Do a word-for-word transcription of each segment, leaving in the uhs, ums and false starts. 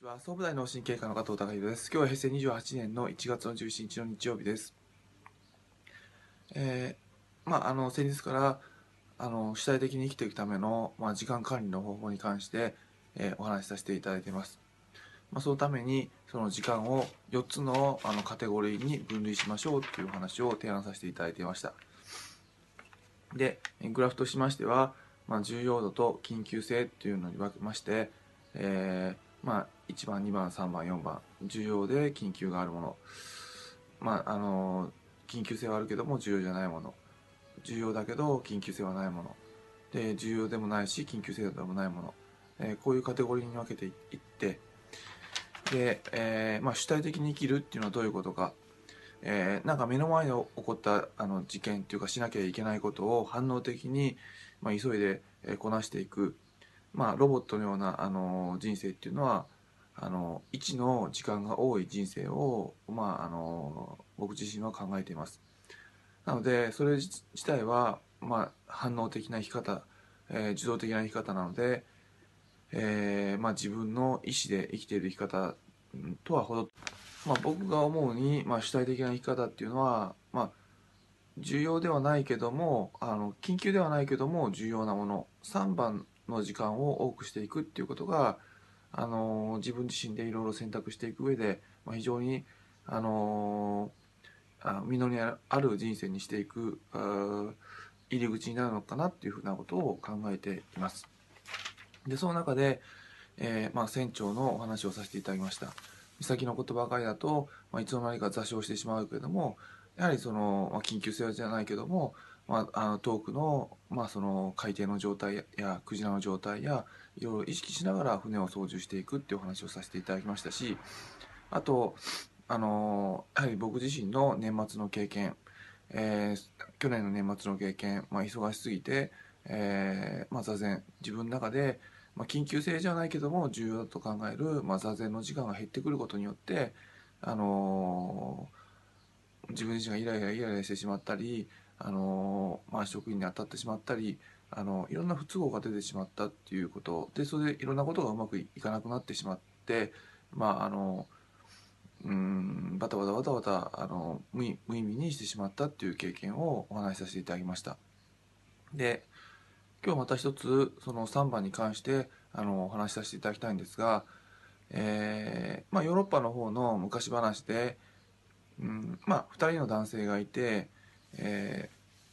は総武大脳神経科の加藤孝弘です。今日は平成にじゅうはちねんのいちがつのじゅうしちにちの日曜日です。えー、まあ、あの、先日から、あの、主体的に生きていくための、まあ、時間管理の方法に関して、えーお話しさせていただいています。まあ、そのために、その時間をよっつの、あのカテゴリーに分類しましょうという話を提案させていただいていました。で、グラフとしましては、まあ、重要度と緊急性というのに分けまして、えー、まあ、いちばん、にばん、さんばん、よんばん、重要で緊急があるもの、まあ、あの、緊急性はあるけども重要じゃないもの、重要だけど緊急性はないもの、で、重要でもないし緊急性でもないもの、えー、こういうカテゴリーに分けていって、で、えー、まあ、主体的に生きるっていうのはどういうことか。えー、なんか目の前で起こったあの事件っていうかしなきゃいけないことを反応的に、まあ、急いで、えーこなしていく、まあ、ロボットのようなあの人生っていうのはあのいちの時間が多い人生を、まあ、あの僕自身は考えています。なのでそれ自体は、まあ、反応的な生き方、えー、受動的な生き方なので、えーまあ、自分の意思で生きている生き方うんとはほど、まあ、僕が思うに、まあ、主体的な生き方っていうのは、まあ、重要ではないけどもあの緊急ではないけども重要なものさんばんの時間を多くしていくっていうことが、あの自分自身でいろいろ選択していく上で、まあ、非常に、あのあ実りある人生にしていく入り口になるのかなっていうふうなことを考えています。でその中で、えーまあ、船長のお話をさせていただきました。先の言葉ばかりだと、まあ、いつの間にか座礁してしまうけれども、やはりその、まあ、緊急性じゃないけども、まあ、あの遠くの、まあ、その海底の状態やクジラの状態やいろいろ意識しながら船を操縦していくっていうお話をさせていただきましたし、あと、あのやはり僕自身の年末の経験、えー去年の年末の経験、まあ、忙しすぎて、えーまあ、座禅自分の中で、まあ、緊急性じゃないけども重要だと考える、まあ、座禅の時間が減ってくることによって、あのー自分自身がイライライライラしてしまったり、あのーまあ、職員に当たってしまったり、あのいろんな不都合が出てしまったっていうことで、それでいろんなことがうまくいかなくなってしまって、まああのうんバタバタバタバタあの無意無意味にしてしまったっていう経験をお話しさせていただきました。で今日また一つそのさんばんに関してあのお話しさせていただきたいんですが、えーまあ、ヨーロッパの方の昔話で、うんまあ、ふたりの男性がいて、え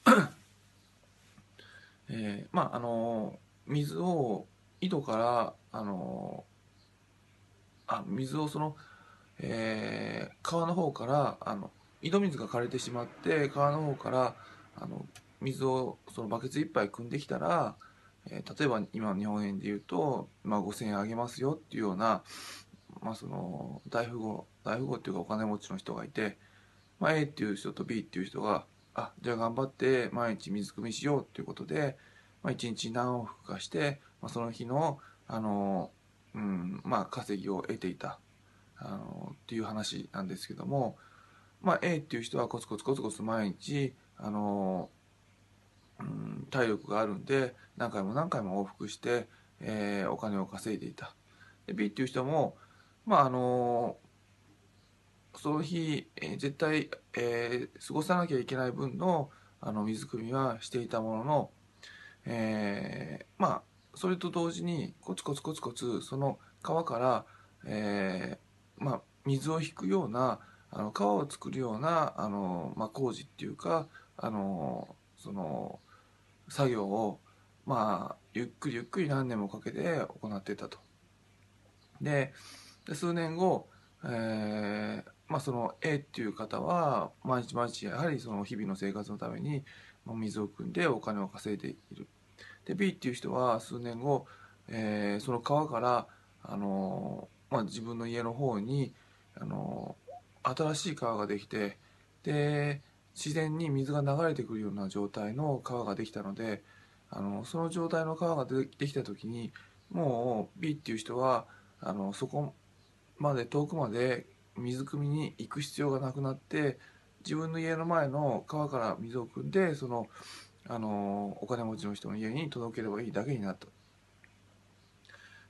ーえーまああの水を井戸からあのあ水をその、えー川の方からあの井戸水が枯れてしまって川の方からあの水をそのバケツいっぱい汲んできたら、えー例えば今の日本円で言うと、まあ、ごせんえんあげますよっていうような、まあ、その大富豪大富豪っていうかお金持ちの人がいて、まあ、A っていう人と B っていう人があじゃあ頑張って毎日水汲みしようっていうことで、まあ、いちにち何往復かして、まあ、その日のあの、うんまあ、稼ぎを得ていたあのっていう話なんですけども、まあ、A っていう人はコツコツコツコツ毎日あの、うん、体力があるんで何回も何回も往復して、えーお金を稼いでいた。で B っていう人もまああのその日、えー絶対、えー過ごさなきゃいけない分のあの水汲みはしていたものの、えーまあそれと同時にコツコツコツコツその川から、えーまあ、水を引くようなあの川を作るようなあの、まあ、工事っていうかあのその作業を、まあ、ゆっくりゆっくり何年もかけて行っていたと。で数年後、えーまあ、その A っていう方は毎日毎日やはりその日々の生活のために水を汲んでお金を稼いでいる。で B っていう人は数年後、えーその川から、あのーまあ、自分の家の方に、あのー新しい川ができて、で自然に水が流れてくるような状態の川ができたので、あのその状態の川がでできた時にもう B っていう人はあのそこまで遠くまで水汲みに行く必要がなくなって、自分の家の前の川から水を汲んでそのあのお金持ちの人の家に届ければいいだけになった。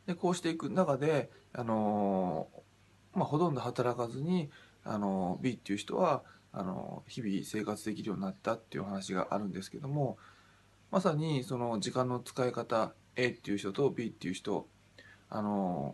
でこうしていく中で、あのまあ、ほとんど働かずに、あの B っていう人はあの日々生活できるようになったっていう話があるんですけども、まさにその時間の使い方 A っていう人と B っていう人、あの、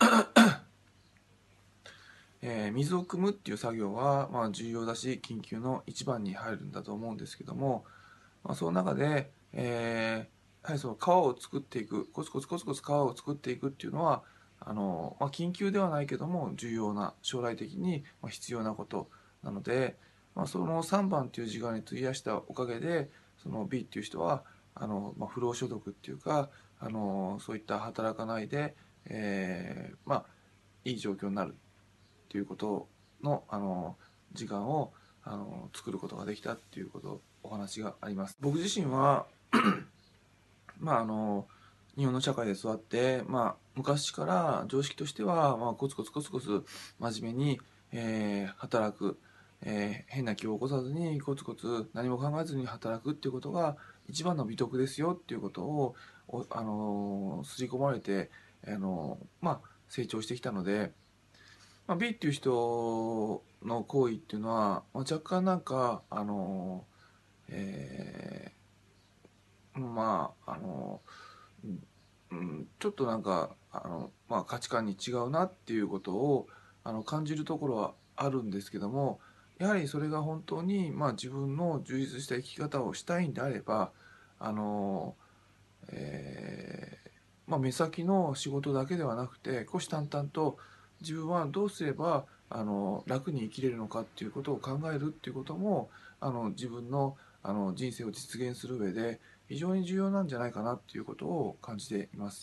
えー水を汲むっていう作業はまあ重要だし緊急の一番に入るんだと思うんですけども、まあ、その中で、えーやはりその川を作っていく、コツコツコツコツ川を作っていくっていうのは、あの、まあ、緊急ではないけども重要な、将来的に必要なことなので、まあ、そのさんばんっていう時間に費やしたおかげで、その B っていう人はあの、まあ、不労所得っていうか、あのそういった働かないで、えーまあ、いい状況になるっていうことの、あの時間をあの作ることができたっていうことお話があります。僕自身はまああの日本の社会で育って、まあ、昔から常識としては、まあ、コツコツコツコツ真面目に、えー働く、えー変な気を起こさずにコツコツ何も考えずに働くっていうことが一番の美徳ですよっていうことをおあの刷り込まれて、あのまあ、成長してきたので、まあ、B っていう人の行為っていうのは、まあ、若干なんかあの、えーまああの、うん、ちょっとなんかあの、まあ、価値観に違うなっていうことをあの感じるところはあるんですけども、やはりそれが本当に、まあ、自分の充実した生き方をしたいんであれば、あの、えーまあ、目先の仕事だけではなくて虎視眈々と自分はどうすればあの楽に生きれるのかっていうことを考えるっていうこともあの自分のあの人生を実現する上で非常に重要なんじゃないかなっていうことを感じています。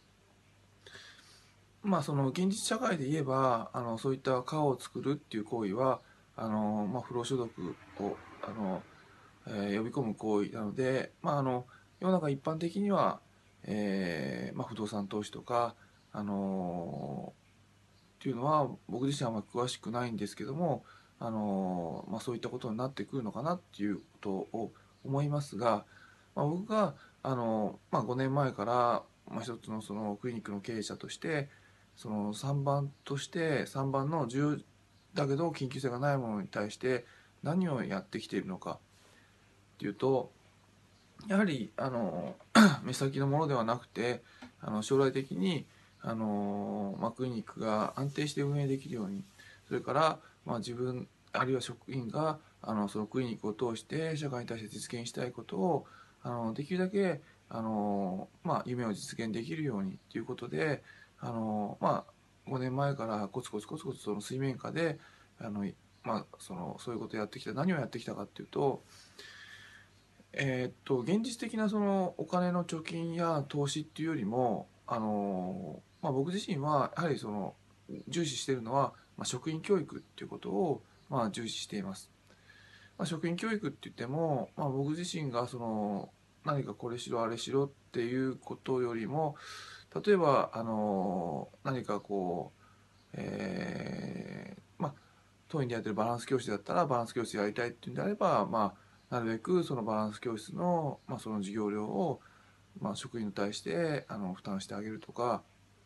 まあその現実社会で言えばあのそういった川を作るっていう行為はあの、まあ、不労所得をあの、えー呼び込む行為なので、まあ、あの世の中一般的には、えーまあ、不動産投資とか、あのーっていうのは僕自身はあんまり詳しくないんですけども、あのーまあ、そういったことになってくるのかなっていうことを思いますが、まあ、僕が、あのーまあ、ごねんまえから、まあ、一つのそのクリニックの経営者としてそのさんばんとしてさんばんの重要だけど緊急性がないものに対して何をやってきているのかっていうと、やはりあの目先のものではなくて、あの将来的にあの、まあ、クリニックが安定して運営できるように、それから、まあ、自分あるいは職員があのそのクリニックを通して社会に対して実現したいことをあのできるだけあの、まあ、夢を実現できるようにということで、あの、まあ、ごねんまえからコツコツコツコツその水面下であの、まあ、そのそういうことをやってきた。何をやってきたかっていうと、えーっと現実的なそのお金の貯金や投資っていうよりも、あのまあ、僕自身はやはりその重視しているのは、まあ、職員教育っていうことをまあ重視しています。まあ、職員教育って言っても、まあ、僕自身がその何かこれしろあれしろっていうことよりも、例えばあの何かこう、えーまあ当院でやってるバランス教室だったらバランス教室やりたいっていうんであれば、まあ、なるべくそのバランス教室の、まあ、その授業料を、まあ、職員に対してあの負担してあげるとか、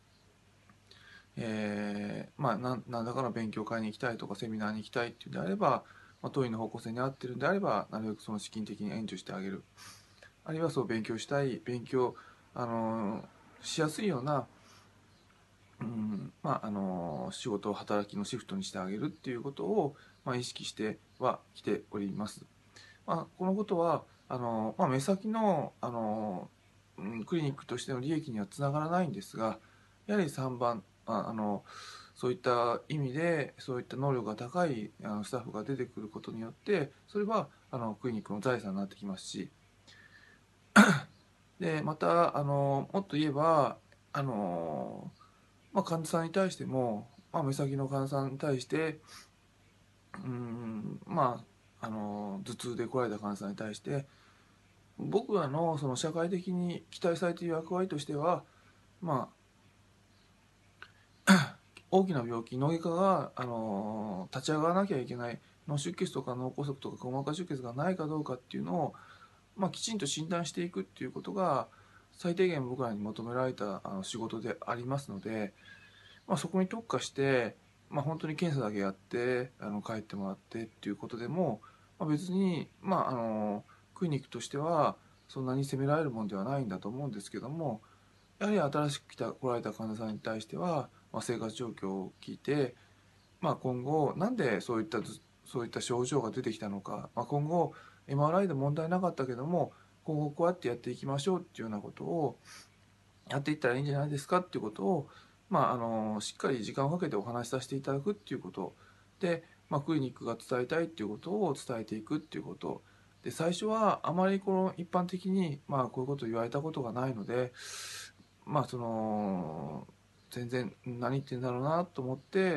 えーまあ、なんなんだかの勉強会に行きたいとかセミナーに行きたいっていうんであれば、まあ、当院の方向性に合ってるんであればなるべくその資金的に援助してあげる、あるいはそう勉強したい勉強あのしやすいような、うんまあ、あの仕事を働きのシフトにしてあげるっていうことを、まあ、意識してはきております。まあ、このことはあの、まあ、目先のあの、うん、クリニックとしての利益にはつながらないんですが、やはりさんばんああのそういった意味でそういった能力が高いあのスタッフが出てくることによってそれはあのクリニックの財産になってきますし、でまたあのもっと言えばあの、まあ、患者さんに対しても、まあ、目先の患者さんに対してうんまああの頭痛で来られた患者さんに対して僕らのその社会的に期待されている役割としては、まあ、大きな病気、脳外科が、あの立ち上がらなきゃいけない、脳出血とか脳梗塞とかくも膜下出血がないかどうかっていうのを、まあ、きちんと診断していくっていうことが最低限僕らに求められたあの仕事でありますので、まあ、そこに特化して、まあ、本当に検査だけやってあの帰ってもらってっていうことでも、まあ、別に、まあ、あのクリニックとしてはそんなに責められるものではないんだと思うんですけども、やはり新しく来た来られた患者さんに対しては、まあ、生活状況を聞いて、まあ、今後なんでそういったそういった症状が出てきたのか、まあ、今後 エムアールアイ で問題なかったけども今後こうやってやっていきましょうっていうようなことをやっていったらいいんじゃないですかっていうことを、まあ、あのしっかり時間をかけてお話しさせていただくっていうことで、まあ、クリニックが伝えたいっていうことを伝えていくっていうことで、最初はあまりこの一般的に、まあ、こういうことを言われたことがないので、まあその全然何言ってんだろうなと思って、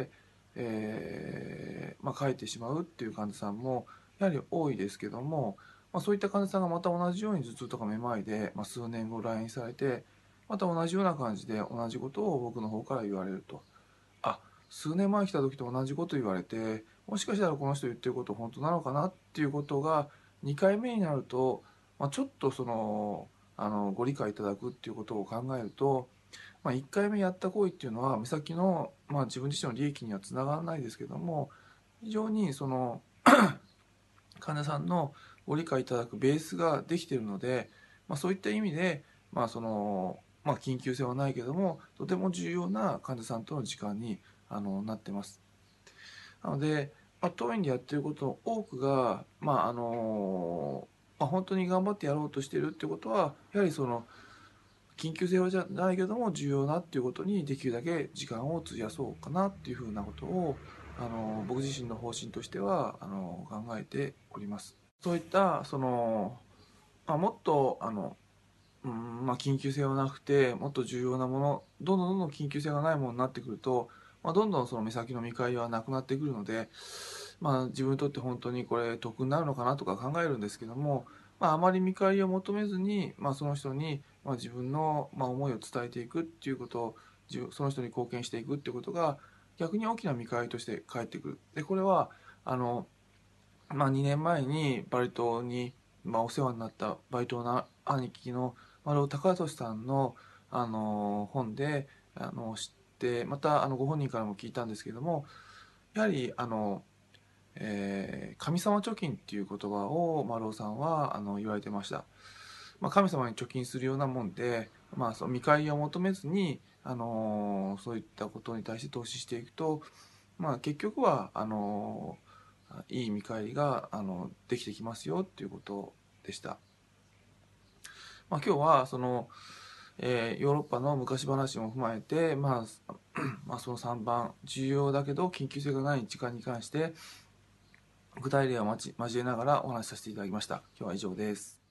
えーまあ、書いてしまうっていう患者さんもやはり多いですけども、まあ、そういった患者さんがまた同じように頭痛とかめまいで、まあ、数年後来院されてまた同じような感じで同じことを僕の方から言われると。あ、数年前来た時と同じこと言われて、もしかしたらこの人言ってること本当なのかなっていうことがにかいめになると、まあ、ちょっとそのあのご理解いただくっていうことを考えると、まあ、いっかいめやった行為っていうのは目先の、まあ、自分自身の利益にはつながらないですけども、非常にその患者さんのご理解いただくベースができているので、まあ、そういった意味で、まあそのまあ、緊急性はないけどもとても重要な患者さんとの時間にあのなってます。なので、まあ、当院でやっていることの多くが、まああのまあ、本当に頑張ってやろうとしているっていうことはやはりその緊急性じゃないけども重要なっていうことにできるだけ時間を費やそうかなっていうふうなことをあの僕自身の方針としてはあの考えております。そういったその、まあ、もっとあの、うんまあ、緊急性はなくてもっと重要なもの、どんどんどんどん緊急性がないものになってくると、まあ、どんどんその目先の見返りはなくなってくるので、まあ、自分にとって本当にこれ得になるのかなとか考えるんですけども、まあ、あまり見返りを求めずに、まあ、その人に、まあ、自分の、まあ、思いを伝えていくっていうことを、自分その人に貢献していくっていうことが逆に大きな見返りとして返ってくる。でこれはあの、まあ、にねんまえにバリ島に、まあ、お世話になったバリ島の兄貴の丸尾隆俊さんの、あの本であの知って、またあのご本人からも聞いたんですけども、やはりあのえー神様貯金っていう言葉を丸尾さんはあの言われてました。まあ、神様に貯金するようなもんで、まあ、その見返りを求めずに、あのーそういったことに対して投資していくと、まあ、結局はあのーいい見返りがあのできてきますよっていうことでした。まあ、今日はその、えーヨーロッパの昔話も踏まえて、まあまあ、そのさんばん重要だけど緊急性がない時間に関して具体例を交えながらお話しさせていただきました。今日は以上です。